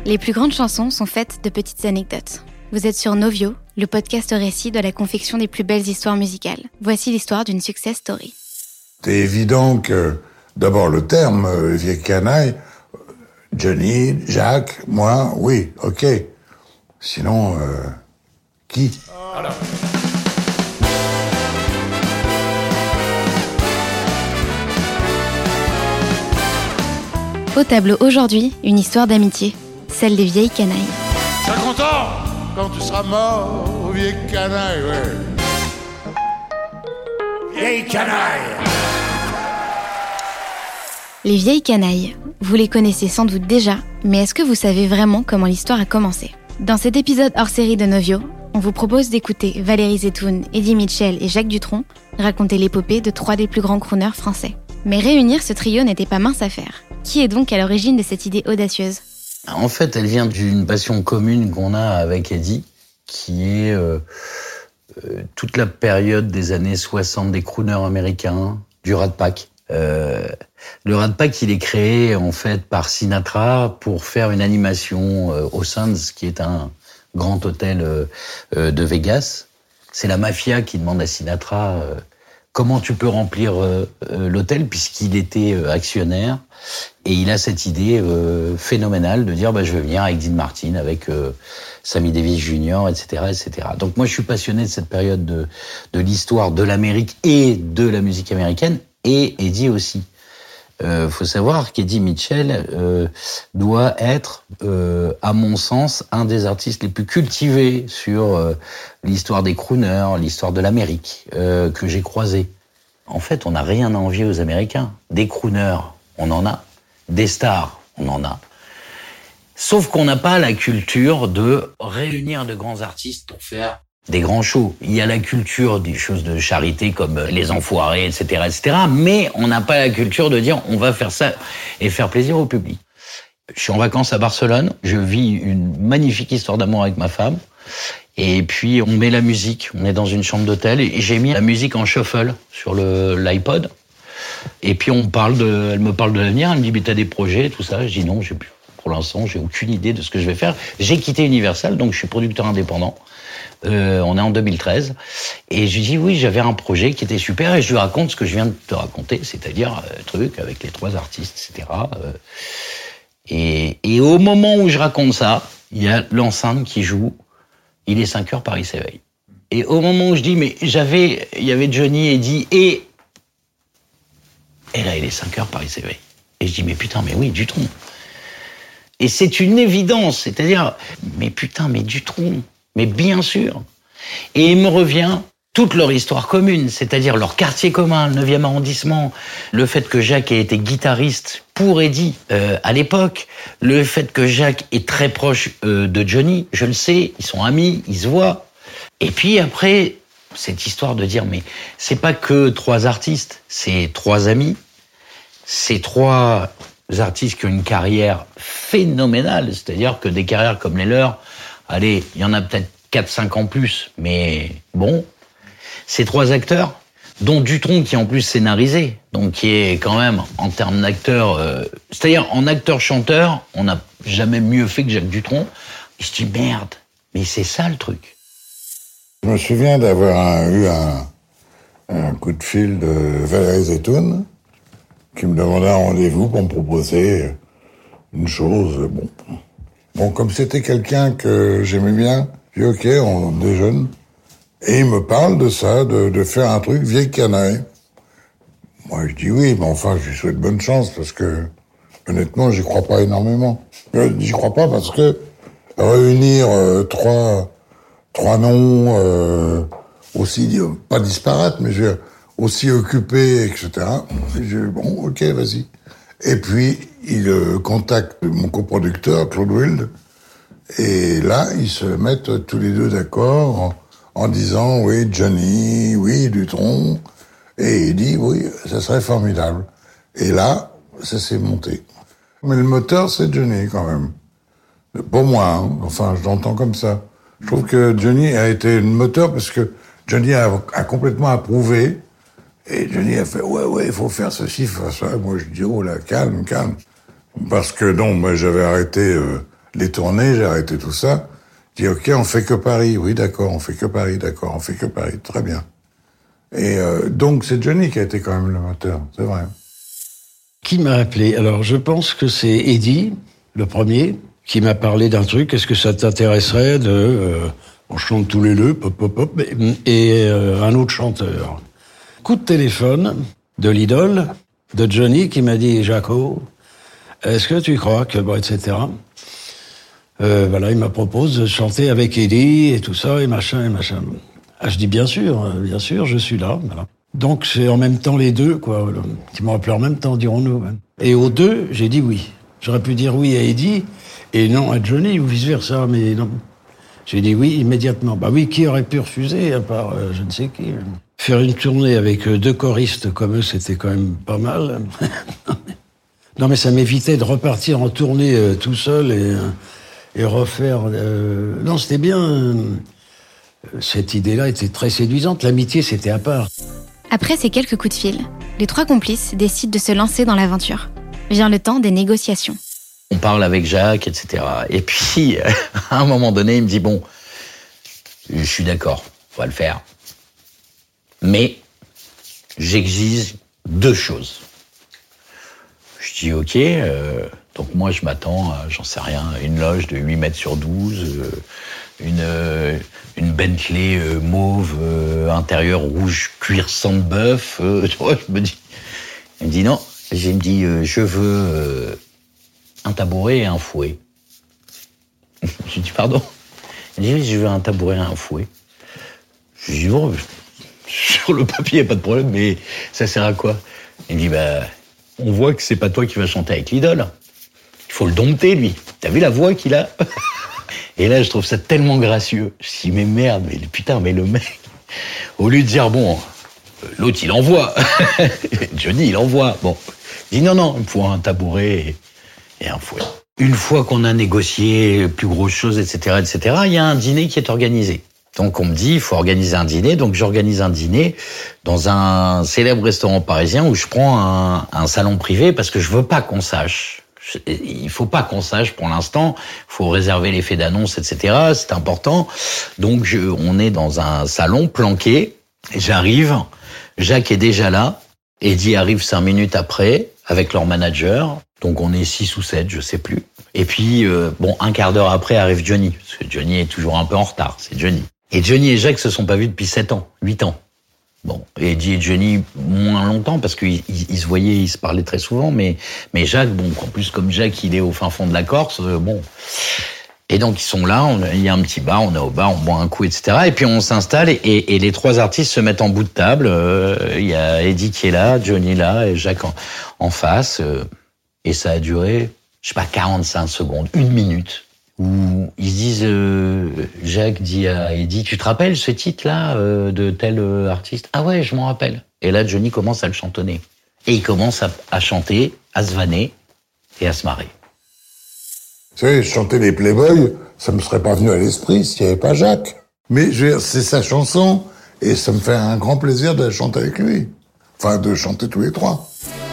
Les plus grandes chansons sont faites de petites anecdotes. Vous êtes sur Novio, le podcast récit de la confection des plus belles histoires musicales. Voici l'histoire d'une success story. C'est évident que, d'abord le terme vieille canaille, Johnny, Jacques, moi, oui, ok. Sinon, qui ? Alors. Au tableau aujourd'hui, une histoire d'amitié, celle des vieilles canailles. Je serai content quand tu seras mort, vieille canaille, ouais. Vieille canaille. Les vieilles canailles, vous les connaissez sans doute déjà, mais est-ce que vous savez vraiment comment l'histoire a commencé ? Dans cet épisode hors série de Novio, on vous propose d'écouter Valérie Zetoun, Eddie Mitchell et Jacques Dutronc raconter l'épopée de 3 des plus grands crooners français. Mais réunir ce trio n'était pas mince à faire. Qui est donc à l'origine de cette idée audacieuse ? En fait, elle vient d'une passion commune qu'on a avec Eddie, qui est toute la période des années 60 des crooners américains, du Rat Pack. Le Rat Pack, il est créé en fait par Sinatra pour faire une animation au Sands, qui est un grand hôtel de Vegas. C'est la mafia qui demande à Sinatra comment tu peux remplir l'hôtel, puisqu'il était actionnaire. Et il a cette idée phénoménale de dire je vais venir avec Dean Martin, avec Sammy Davis Jr., etc., etc. Donc moi je suis passionné de cette période de l'histoire de l'Amérique et de la musique américaine, et Eddie aussi. Faut savoir qu'Eddie Mitchell doit être, à mon sens, un des artistes les plus cultivés sur l'histoire des crooners, l'histoire de l'Amérique que j'ai croisé. En fait, on n'a rien à envier aux Américains. Des crooners, on en a. Des stars, on en a. Sauf qu'on n'a pas la culture de réunir de grands artistes pour faire des grands shows. Il y a la culture des choses de charité comme les enfoirés, etc., etc. Mais on n'a pas la culture de dire on va faire ça et faire plaisir au public. Je suis en vacances à Barcelone. Je vis une magnifique histoire d'amour avec ma femme. Et puis on met la musique. On est dans une chambre d'hôtel et j'ai mis la musique en shuffle sur l'iPod. Et puis elle me parle de l'avenir. Elle me dit mais t'as des projets, tout ça. Je dis non, pour l'instant j'ai aucune idée de ce que je vais faire. J'ai quitté Universal, donc je suis producteur indépendant. On est en 2013. Et je lui dis oui, j'avais un projet qui était super, et je lui raconte ce que je viens de te raconter, c'est-à-dire truc avec les 3 artistes, etc. Et au moment où je raconte ça, il y a l'enceinte qui joue. Il est 5h, Paris s'éveille. Et au moment où je dis mais il y avait Johnny, Eddie et là il est 5h, Paris s'éveille. Et je dis mais putain, mais oui, Dutronc. Et c'est une évidence, c'est-à-dire mais putain, mais Dutronc. Mais bien sûr. Et il me revient toute leur histoire commune, c'est-à-dire leur quartier commun, le 9e arrondissement, le fait que Jacques ait été guitariste pour Eddie à l'époque, le fait que Jacques est très proche de Johnny, je le sais, ils sont amis, ils se voient. Et puis après, cette histoire de dire, mais c'est pas que 3 artistes, c'est 3 amis, c'est 3 artistes qui ont une carrière phénoménale, c'est-à-dire que des carrières comme les leurs, allez, il y en a peut-être 4-5 en plus, mais bon. Ces 3 acteurs, dont Dutronc qui est en plus scénarisé, donc qui est quand même, en termes d'acteur, c'est-à-dire en acteur-chanteur, on n'a jamais mieux fait que Jacques Dutronc. Et je dis merde, mais c'est ça le truc. Je me souviens d'avoir eu un coup de fil de Valérie Zetoun, qui me demandait un rendez-vous pour me proposer une chose, Bon, comme c'était quelqu'un que j'aimais bien, j'ai dit ok, on déjeune. Et il me parle de ça, de faire un truc vieille canaille. Moi, je dis oui, mais enfin, je lui souhaite bonne chance parce que, honnêtement, j'y crois pas énormément. J'y crois pas parce que réunir 3 noms aussi, pas disparates, mais aussi occupés, etc. Bon, ok, vas-y. Et puis, il contacte mon coproducteur, Claude Wild, et là, ils se mettent tous les 2 d'accord en disant, oui, Johnny, oui, Dutronc, et il dit, oui, ça serait formidable. Et là, ça s'est monté. Mais le moteur, c'est Johnny, quand même. Pour moi, hein. Enfin, je l'entends comme ça. Je trouve que Johnny a été le moteur parce que Johnny a complètement approuvé. Et Johnny a fait, ouais, il faut faire ceci, faire ça. Moi, je dis, oh là, calme. Parce que, non, moi, j'avais arrêté les tournées, j'ai arrêté tout ça. Je dis, ok, on fait que Paris. Oui, d'accord, on fait que Paris, d'accord, on fait que Paris. Très bien. Et donc, c'est Johnny qui a été quand même le moteur, c'est vrai. Qui m'a appelé? Alors, je pense que c'est Eddie, le premier, qui m'a parlé d'un truc. Est-ce que ça t'intéresserait on chante tous les deux, pop, pop, pop, et un autre chanteur. Coup de téléphone de l'idole de Johnny qui m'a dit, Jaco, est-ce que tu crois que, etc. Voilà, il m'a proposé de chanter avec Eddie et tout ça, et machin. Ah, je dis bien sûr, je suis là, voilà. Donc c'est en même temps les deux, quoi, qui m'ont appelé en même temps, dirons-nous. Et aux deux, j'ai dit oui. J'aurais pu dire oui à Eddie et non à Johnny ou vice-versa, mais non. J'ai dit oui immédiatement. Bah oui, qui aurait pu refuser, à part je ne sais qui. Faire une tournée avec 2 choristes comme eux, c'était quand même pas mal. Non, mais ça m'évitait de repartir en tournée tout seul et refaire... Non, c'était bien. Cette idée-là était très séduisante. L'amitié, c'était à part. Après ces quelques coups de fil, les 3 complices décident de se lancer dans l'aventure. Vient le temps des négociations. On parle avec Jacques, etc. Et puis, à un moment donné, il me dit, bon, je suis d'accord, on va le faire. Mais j'exige 2 choses. Je dis, ok, donc moi je m'attends à, j'en sais rien, une loge de 8 mètres sur 12, une Bentley mauve, intérieur rouge, cuir sang de bœuf. Tu vois, je me dis... Il me dit non, je veux un tabouret et un fouet. Je dis pardon. Il me dit je veux un tabouret et un fouet. Je dis bon, sur le papier, pas de problème, mais ça sert à quoi? Il me dit on voit que c'est pas toi qui vas chanter avec l'idole. Il faut le dompter, lui. T'as vu la voix qu'il a? Et là, je trouve ça tellement gracieux. Je dis, mais merde, mais le mec, au lieu de dire, bon, l'autre, il envoie. Johnny, il envoie. Bon. Il dit, non, il me faut un tabouret et un fouet. Une fois qu'on a négocié plus grosses choses, etc., il y a un dîner qui est organisé. Donc, on me dit, il faut organiser un dîner. Donc, j'organise un dîner dans un célèbre restaurant parisien où je prends un salon privé parce que je veux pas qu'on sache. Il faut pas qu'on sache pour l'instant. Il faut réserver l'effet d'annonce, etc. C'est important. Donc, on est dans un salon planqué. J'arrive. Jacques est déjà là. Eddie arrive 5 minutes après avec leur manager. Donc, on est 6 ou 7, je sais plus. Et puis, un quart d'heure après arrive Johnny. Parce que Johnny est toujours un peu en retard. C'est Johnny. Et Johnny et Jacques se sont pas vus depuis 7 ans, 8 ans. Bon, Eddie et Johnny moins longtemps parce qu'ils se voyaient, ils se parlaient très souvent, mais Jacques, bon, en plus comme Jacques, il est au fin fond de la Corse, bon. Et donc ils sont là, il y a un petit bar, on est au bar, on boit un coup, etc. Et puis on s'installe et les 3 artistes se mettent en bout de table. Il y a Eddie qui est là, Johnny là et Jacques en face. Et ça a duré, je sais pas, 45 secondes, 1 minute. Où ils disent, Jacques dit à Eddie, tu te rappelles ce titre-là de tel artiste? Ah ouais, je m'en rappelle. Et là, Johnny commence à le chantonner. Et il commence à chanter, à se vanner et à se marrer. Vous savez, chanter les Playboys, ça me serait pas venu à l'esprit s'il n'y avait pas Jacques. Mais je veux dire, c'est sa chanson et ça me fait un grand plaisir de la chanter avec lui. Enfin, de chanter tous les 3.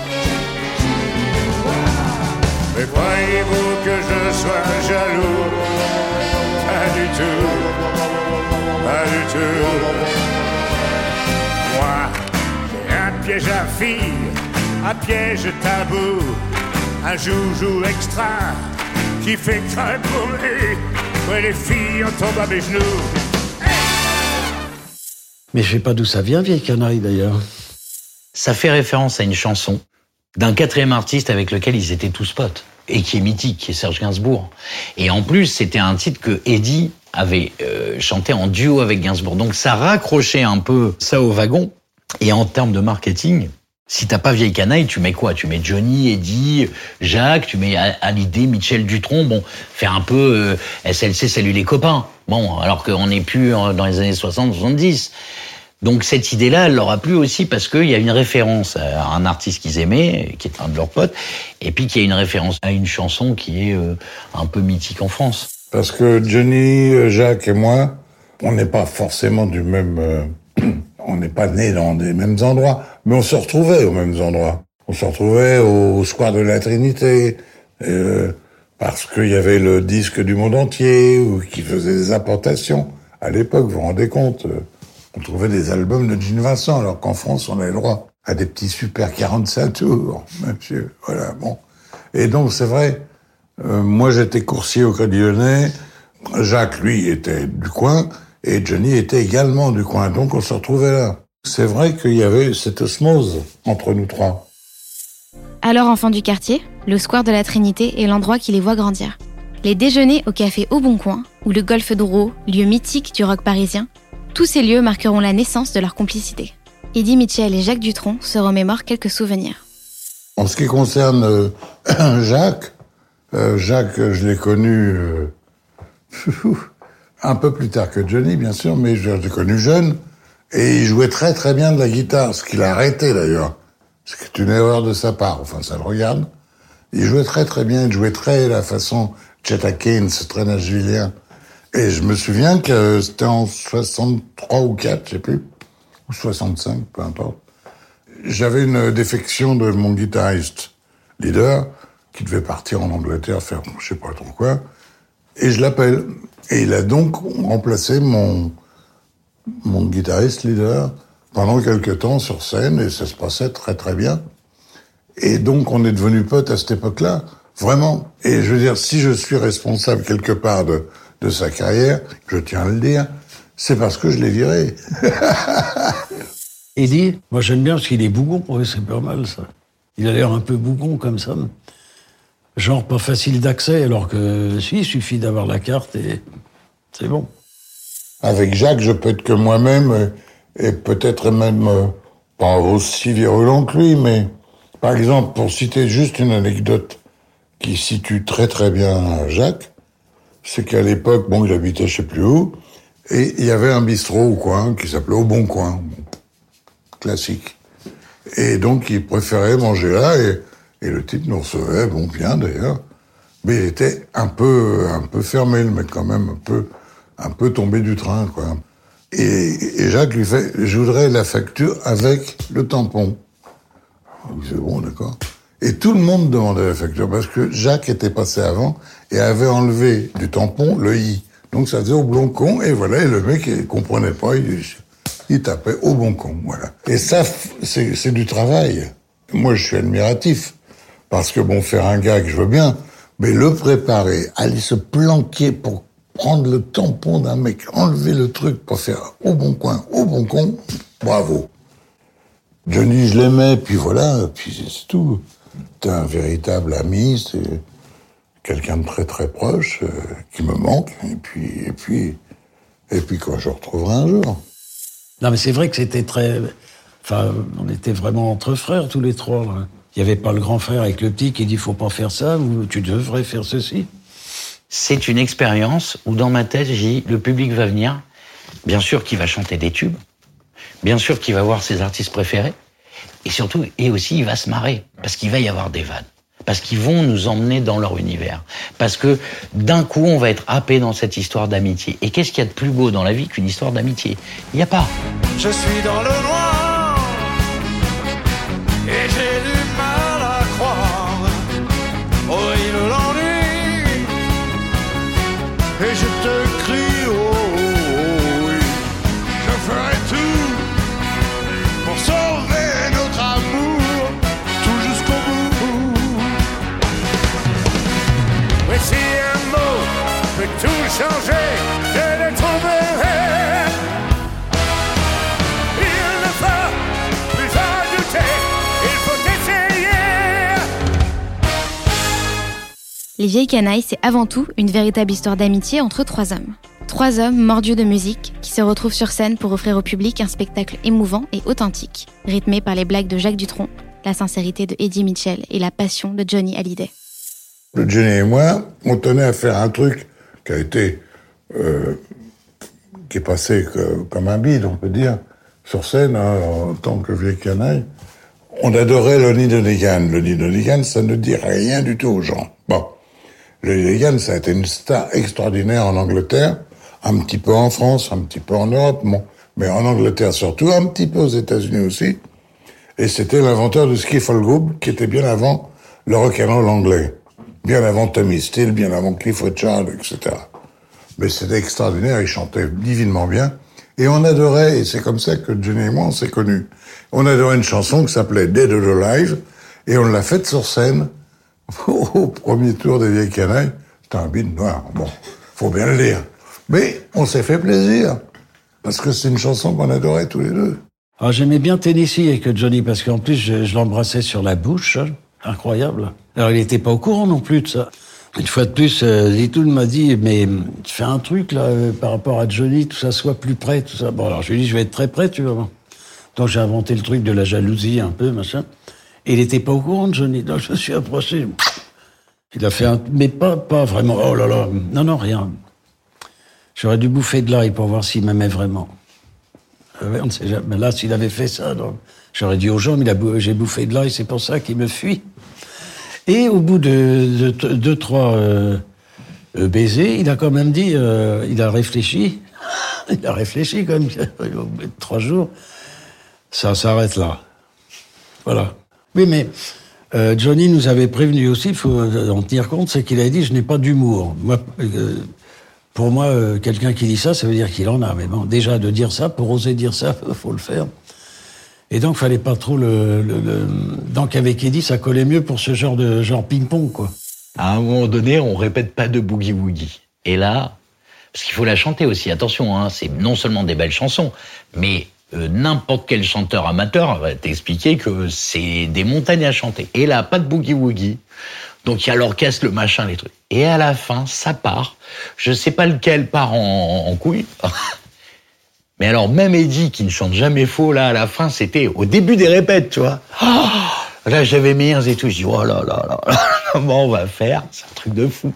Mais croyez-vous que je sois jaloux? Pas du tout, pas du tout. Moi, j'ai un piège à filles, un piège tabou, un joujou extra qui fait craindre pour lui. Ouais, les filles en tombent à mes genoux. Mais je sais pas d'où ça vient, Vieille Canaille, d'ailleurs. Ça fait référence à une chanson d'un 4e artiste avec lequel ils étaient tous potes, et qui est mythique, qui est Serge Gainsbourg. Et en plus, c'était un titre que Eddie avait chanté en duo avec Gainsbourg. Donc ça raccrochait un peu ça au wagon. Et en termes de marketing, si t'as pas Vieille Canaille, tu mets quoi? Tu mets Johnny, Eddie, Jacques, tu mets Hallyday, Michel Dutronc, bon, faire un peu SLC, salut les copains. Bon, alors qu'on n'est plus dans les années 60-70. Donc cette idée-là, elle leur a plu aussi parce qu'il y a une référence à un artiste qu'ils aimaient, qui est un de leurs potes, et puis qu'il y a une référence à une chanson qui est un peu mythique en France. Parce que Johnny, Jacques et moi, on n'est pas forcément du même... on n'est pas nés dans des mêmes endroits, mais on se retrouvait aux mêmes endroits. On se retrouvait au Square de la Trinité, parce qu'il y avait le disque du monde entier, ou qui faisait des importations. À l'époque, vous vous rendez compte, on trouvait des albums de Gene Vincent, alors qu'en France, on avait le droit à des petits super 45 tours, monsieur. Voilà, bon. Et donc, c'est vrai, moi, j'étais coursier au Crédit Lyonnais, Jacques, lui, était du coin, et Johnny était également du coin, donc on se retrouvait là. C'est vrai qu'il y avait cette osmose entre nous trois. Alors enfant du quartier, le square de la Trinité est l'endroit qui les voit grandir. Les déjeuners au café Au Bon Coin ou le Golfe d'Ouro, lieu mythique du rock parisien, tous ces lieux marqueront la naissance de leur complicité. Eddie Mitchell et Jacques Dutronc se remémorent quelques souvenirs. En ce qui concerne Jacques, je l'ai connu un peu plus tard que Johnny, bien sûr, mais je l'ai connu jeune, et il jouait très très bien de la guitare, ce qu'il a arrêté d'ailleurs. C'est une erreur de sa part, enfin ça le regarde. Il jouait très très bien, il jouait très la façon Chet Atkins, très nashvillien. Et je me souviens que c'était en 63 ou 4, je sais plus, ou 65, peu importe. J'avais une défection de mon guitariste leader, qui devait partir en Angleterre faire je sais pas trop quoi, et je l'appelle. Et il a donc remplacé mon guitariste leader pendant quelques temps sur scène, et ça se passait très très bien. Et donc on est devenus potes à cette époque-là, vraiment. Et je veux dire, si je suis responsable quelque part de sa carrière, je tiens à le dire, c'est parce que je l'ai viré. Eddie, moi j'aime bien parce qu'il est bougon, ouais, c'est pas mal ça. Il a l'air un peu bougon comme ça. Genre pas facile d'accès, alors que si, il suffit d'avoir la carte et c'est bon. Avec Jacques, je peux être que moi-même, et peut-être même pas aussi virulent que lui, mais par exemple, pour citer juste une anecdote qui situe très très bien Jacques, c'est qu'à l'époque, bon, il habitait je sais plus où, et il y avait un bistrot au coin qui s'appelait Au Bon Coin, classique. Et donc, il préférait manger là, et le type nous recevait, bon, bien d'ailleurs, mais il était un peu fermé, le mec quand même, un peu tombé du train, quoi. Et Jacques lui fait, je voudrais la facture avec le tampon. Il dit, bon, d'accord. Et tout le monde demandait la facture, parce que Jacques était passé avant et avait enlevé du tampon le i. Donc ça faisait Au Bon Con, et voilà, et le mec, il comprenait pas, il tapait Au Bon Con, voilà. Et ça, c'est du travail. Moi, je suis admiratif, parce que bon, faire un gag, je veux bien, mais le préparer, aller se planquer pour prendre le tampon d'un mec, enlever le truc pour faire Au Bon Coin, Au Bon Con, bravo. Johnny, je l'aimais, puis voilà, puis c'est tout. T'es un véritable ami, c'est quelqu'un de très très proche, qui me manque, et puis quand je retrouverai un jour. Non, mais c'est vrai que c'était très... Enfin, on était vraiment entre frères, tous les trois. Là. Il n'y avait pas le grand frère avec le petit qui dit « faut pas faire ça » ou « tu devrais faire ceci ». C'est une expérience où dans ma tête, j'ai dit, le public va venir, bien sûr qu'il va chanter des tubes, bien sûr qu'il va voir ses artistes préférés, et surtout, et aussi, il va se marrer, parce qu'il va y avoir des vannes, parce qu'ils vont nous emmener dans leur univers, parce que d'un coup, on va être happé dans cette histoire d'amitié. Et qu'est-ce qu'il y a de plus beau dans la vie qu'une histoire d'amitié? Il n'y a pas. Je suis dans le noir et j'ai du mal à croire. Horrible l'ennui et je te crie oh oui. Je ferai tout pour sauver notre amour tout jusqu'au bout. Mais si un mot peut tout changer, je le trouverai. Les Vieilles Canailles, c'est avant tout une véritable histoire d'amitié entre trois hommes. Trois hommes mordus de musique qui se retrouvent sur scène pour offrir au public un spectacle émouvant et authentique, rythmé par les blagues de Jacques Dutronc, la sincérité de Eddie Mitchell et la passion de Johnny Hallyday. Le Johnny et moi, on tenait à faire un truc qui a été... qui est passé comme un bide, on peut dire, sur scène, hein, en tant que Vieille Canaille. On adorait Lonnie Donegan. Lonnie Donegan, ça ne dit rien du tout aux gens. Bon. Lonnie Donegan, ça a été une star extraordinaire en Angleterre, un petit peu en France, un petit peu en Europe, bon. Mais en Angleterre surtout, un petit peu aux États-Unis aussi. Et c'était l'inventeur du skiffle group, qui était bien avant le rock'n'roll anglais. bien avant Tommy Steele, bien avant Cliff Richard, etc. Mais c'était extraordinaire, il chantait divinement bien. Et on adorait, et c'est comme ça que Johnny et moi, on s'est connus. On adorait une chanson qui s'appelait Dead or Alive, et on l'a faite sur scène, au premier tour des Vieilles Canailles. C'était un beat noir, bon, faut bien le dire. Mais on s'est fait plaisir, parce que c'est une chanson qu'on adorait tous les deux. Alors j'aimais bien Tennessee avec Johnny, parce qu'en plus, je l'embrassais sur la bouche, incroyable. Alors il était pas au courant non plus de ça. Une fois de plus, Zitoun m'a dit, mais tu fais un truc là par rapport à Johnny, tout ça, sois plus près, tout ça. Bon, alors je lui ai dit, je vais être très près, tu vas voir. Donc j'ai inventé le truc de la jalousie un peu, machin. Et il était pas au courant de Johnny. Donc je me suis approché. Il a fait un... Mais pas vraiment. Oh là là. Non, rien. J'aurais dû bouffer de l'ail pour voir s'il m'aimait vraiment. On ne sait jamais. Mais là, s'il avait fait ça, donc, j'aurais dit aux gens, j'ai bouffé de l'ail, c'est pour ça qu'il me fuit. Et au bout de 2-3 baisers, il a quand même dit, il a réfléchi. Il a réfléchi quand même. Au bout de 3 jours, ça s'arrête là. Voilà. Oui, mais Johnny nous avait prévenu aussi, il faut en tenir compte, c'est qu'il avait dit, je n'ai pas d'humour. Moi, pour moi, quelqu'un qui dit ça, ça veut dire qu'il en a. Mais bon, déjà, de dire ça, pour oser dire ça, faut le faire. Et donc, fallait pas trop Donc, avec Eddie, ça collait mieux pour ce genre ping-pong, quoi. À un moment donné, on répète pas de Boogie Woogie. Et là, parce qu'il faut la chanter aussi, attention, hein, c'est non seulement des belles chansons, mais n'importe quel chanteur amateur va t'expliquer que c'est des montagnes à chanter. Et là, pas de Boogie Woogie. Donc il y a l'orchestre, le machin, les trucs. Et à la fin, ça part. Je sais pas lequel part en couille. Mais alors, même Eddie, qui ne chante jamais faux, là, à la fin, c'était au début des répètes, tu vois. Oh, là, j'avais mes ears et tout. Je dis, oh là là là, comment on va faire? C'est un truc de fou.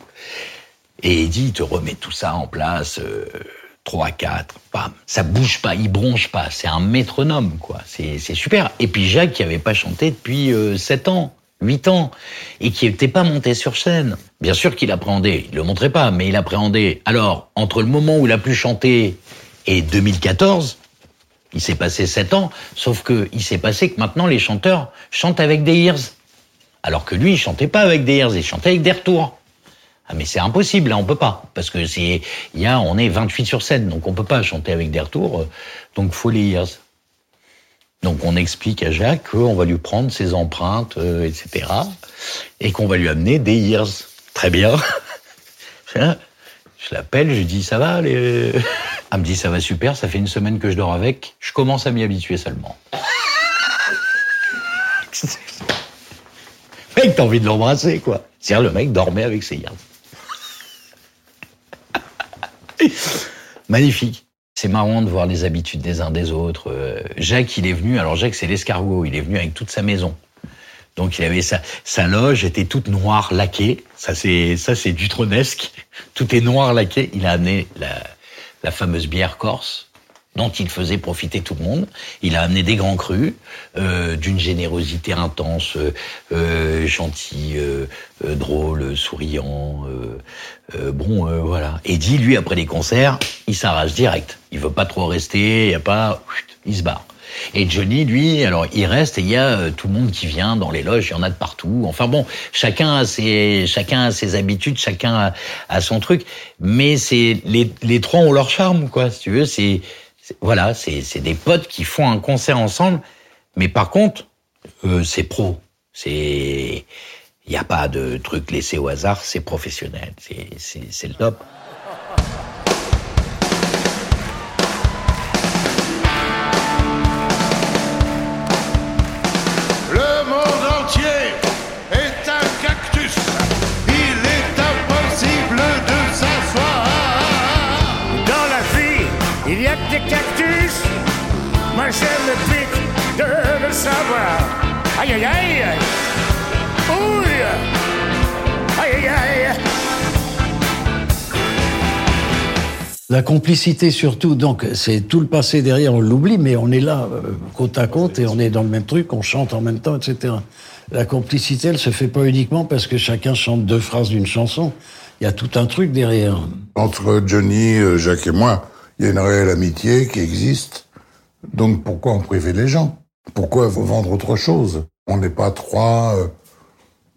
Et Eddie, il te remet tout ça en place, 3, 4, bam. Ça bouge pas, il bronche pas. C'est un métronome, quoi. C'est super. Et puis Jacques, qui avait pas chanté depuis 7 ans. 8 ans, et qui n'était pas monté sur scène. Bien sûr qu'il appréhendait, il le montrait pas, mais il appréhendait. Alors, entre le moment où il a pu chanter et 2014, il s'est passé 7 ans, sauf que il s'est passé que maintenant les chanteurs chantent avec des ears. Alors que lui, il chantait pas avec des ears, il chantait avec des retours. Ah mais c'est impossible, là on peut pas, parce que on est 28 sur scène, donc on peut pas chanter avec des retours, donc faut les ears. Donc on explique à Jacques qu'on va lui prendre ses empreintes, etc. Et qu'on va lui amener des ears. Très bien. Je l'appelle, je lui dis, ça va Elle me dit, ça va super, ça fait 1 semaine que je dors avec. Je commence à m'y habituer seulement. Mec, t'as envie de l'embrasser, quoi. C'est-à-dire, le mec dormait avec ses ears. Magnifique. C'est marrant de voir les habitudes des uns des autres. Jacques, il est venu, alors Jacques, c'est l'escargot, il est venu avec toute sa maison. Donc il avait sa loge était toute noire laquée. Ça c'est dutronesque. Tout est noir laqué. Il a amené la fameuse bière corse, dont il faisait profiter tout le monde. Il a amené des grands crus, d'une générosité intense, gentil, drôle, souriant. Voilà. Eddie, lui, après les concerts, il s'arrache direct. Il veut pas trop rester, il se barre. Et Johnny, lui, alors il reste et il y a tout le monde qui vient dans les loges, il y en a de partout. Enfin bon, chacun a ses habitudes, chacun a son truc. Mais c'est les trois ont leur charme, quoi. Si tu veux, c'est des potes qui font un concert ensemble. Mais par contre, c'est pro. Il y a pas de truc laissé au hasard, c'est professionnel. C'est le top. Il y a que des cactus, moi j'aime le pic de le savoir. Aïe aïe aïe, ouille, aïe aïe aïe. La complicité surtout, donc c'est tout le passé derrière, on l'oublie, mais on est là, côte à côte, et on est dans le même truc, on chante en même temps, etc. La complicité, elle se fait pas uniquement parce que chacun chante 2 phrases d'une chanson. Il y a tout un truc derrière. Entre Johnny, Jacques et moi, il y a une réelle amitié qui existe. Donc pourquoi en priver les gens? Pourquoi vendre autre chose? On n'est pas 3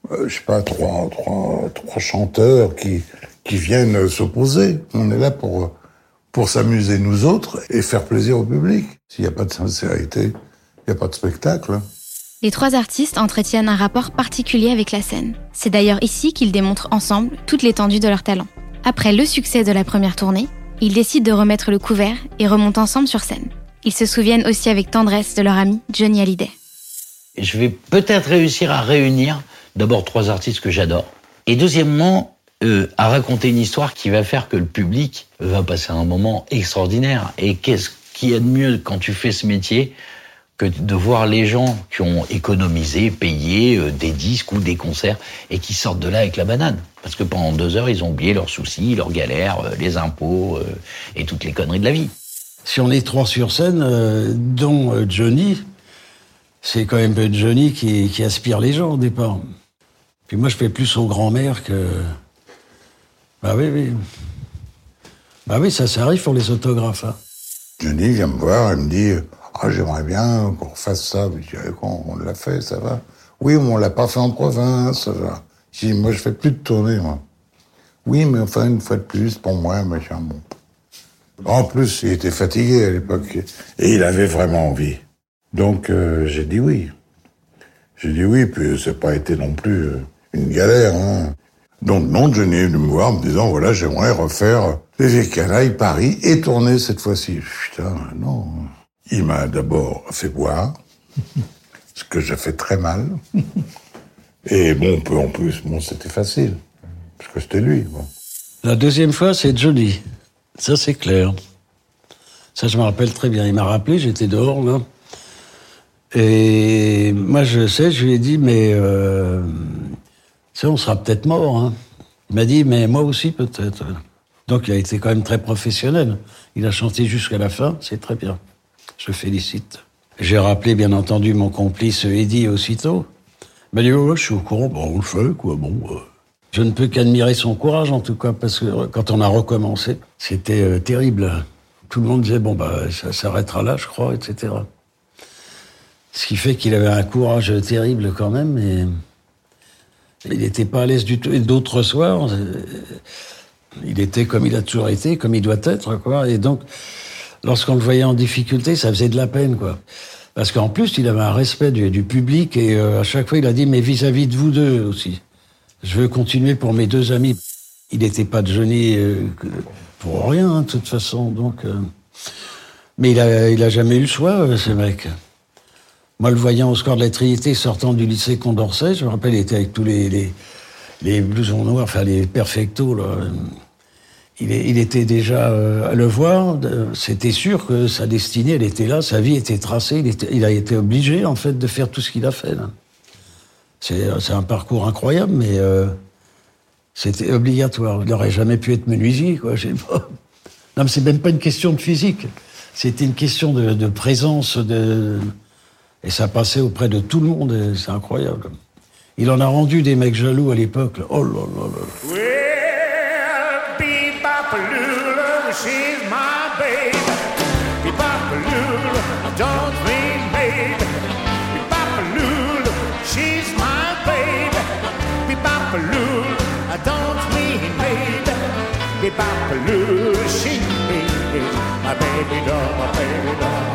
je sais pas, trois chanteurs qui viennent s'opposer. On est là pour s'amuser nous autres et faire plaisir au public. S'il n'y a pas de sincérité, il n'y a pas de spectacle. Les trois artistes entretiennent un rapport particulier avec la scène. C'est d'ailleurs ici qu'ils démontrent ensemble toute l'étendue de leur talent. Après le succès de la première tournée, ils décident de remettre le couvert et remontent ensemble sur scène. Ils se souviennent aussi avec tendresse de leur ami Johnny Hallyday. Je vais peut-être réussir à réunir d'abord trois artistes que j'adore. Et deuxièmement, à raconter une histoire qui va faire que le public va passer un moment extraordinaire. Et qu'est-ce qu'il y a de mieux quand tu fais ce métier que de voir les gens qui ont économisé, payé des disques ou des concerts et qui sortent de là avec la banane. Parce que pendant 2 heures, ils ont oublié leurs soucis, leurs galères, les impôts et toutes les conneries de la vie. Si on est 3 sur scène, dont Johnny, c'est quand même Johnny qui aspire les gens au départ. Puis moi, je fais plus au grand-mère que... Bah oui. Bah oui, ça arrive pour les autographes. Hein. Johnny vient me voir et me dit « Ah, j'aimerais bien qu'on fasse ça. » Je dis « On l'a fait, ça va. » « Oui, mais on l'a pas fait en province, ça va. » Je dis « Moi, je fais plus de tournée, moi. »« Oui, mais enfin, une fois de plus, pour moi, machin, bon. » En plus, il était fatigué à l'époque et il avait vraiment envie. Donc, j'ai dit oui. Puis ça n'a pas été non plus une galère. Hein. Donc non, Johnny est venu me voir en me disant, voilà, j'aimerais refaire Les Vieilles Canailles Paris et tourner cette fois-ci. Putain, non. Il m'a d'abord fait boire, ce que j'ai fait très mal. Et bon, en plus, c'était facile, parce que c'était lui. Bon. La deuxième fois, c'est Johnny. Ça, c'est clair. Ça, je me rappelle très bien. Il m'a rappelé, j'étais dehors, là. Et moi, je lui ai dit, mais... on sera peut-être mort. Hein. Il m'a dit, mais moi aussi, peut-être. Donc, il a été quand même très professionnel. Il a chanté jusqu'à la fin, c'est très bien. Je le félicite. J'ai rappelé, bien entendu, mon complice Eddie aussitôt. Il m'a dit, oh, je suis au courant, bon, on le fait, quoi, bon... Je ne peux qu'admirer son courage, en tout cas, parce que quand on a recommencé, c'était terrible. Tout le monde disait, bon, ça s'arrêtera là, je crois, etc. Ce qui fait qu'il avait un courage terrible quand même, et il n'était pas à l'aise du tout. Et d'autres soirs, il était comme il a toujours été, comme il doit être, quoi. Et donc, lorsqu'on le voyait en difficulté, ça faisait de la peine, quoi. Parce qu'en plus, il avait un respect du public, et à chaque fois, il a dit, mais vis-à-vis de vous deux aussi. Je veux continuer pour mes 2 amis. Il n'était pas Johnny pour rien, hein, de toute façon. Donc, mais il a jamais eu le choix, ce mec. Moi, le voyant au Square de la Trinité, sortant du lycée Condorcet, je me rappelle, il était avec tous les blousons noirs, enfin les perfectos, là. Il était déjà à le voir. C'était sûr que sa destinée, elle était là, sa vie était tracée. Il a été obligé, en fait, de faire tout ce qu'il a fait, là. C'est un parcours incroyable, mais c'était obligatoire. Il n'aurait jamais pu être menuisier, quoi, je sais pas. Non, mais c'est même pas une question de physique. C'était une question de présence, et ça passait auprès de tout le monde, et c'est incroyable. Il en a rendu des mecs jaloux à l'époque, là. Oh là là là. Well, Bebop-a-lula, she's my baby. Bebop-a-lula, don't mean baby. Bebop-a-lula, she's my baby. Bebop-a-lula, I don't mean baby. Bebop-a-lula, she is my baby doll, my baby doll.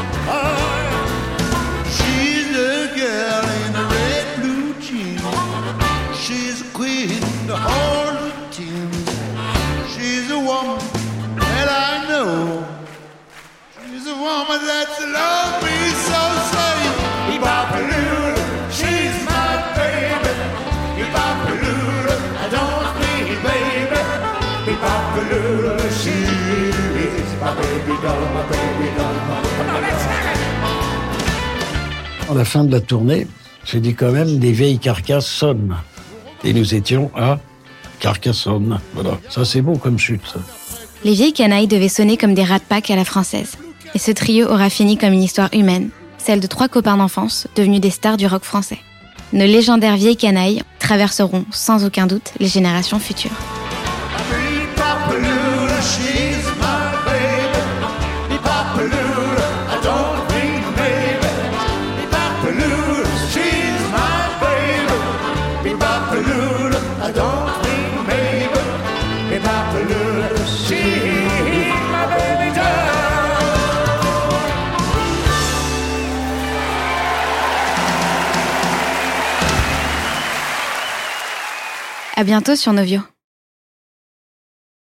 Oh, she's a girl in a red blue jeans. She's a queen, the whole routine. She's a woman that I know. She's a woman that's loved me so sweet. Bebop-a-lula, she's my baby. Bebop-a-lula, I don't mean baby. Bebop-a-lula, she is my baby doll, my baby doll, my baby doll. Come on, let's have it! À la fin de la tournée, j'ai dit quand même des vieilles Carcassonne. Et nous étions à Carcassonne. Voilà. Ça, c'est beau comme chute, ça. Les Vieilles Canailles devaient sonner comme des Rat Pack à la française. Et ce trio aura fini comme une histoire humaine, celle de 3 copains d'enfance devenus des stars du rock français. Nos légendaires Vieilles Canailles traverseront sans aucun doute les générations futures. Bebop-a-lula, she's my baby. Bebop-a-lula, I don't mean baby. Bebop-a-lula, she's my baby. À bientôt sur Novio.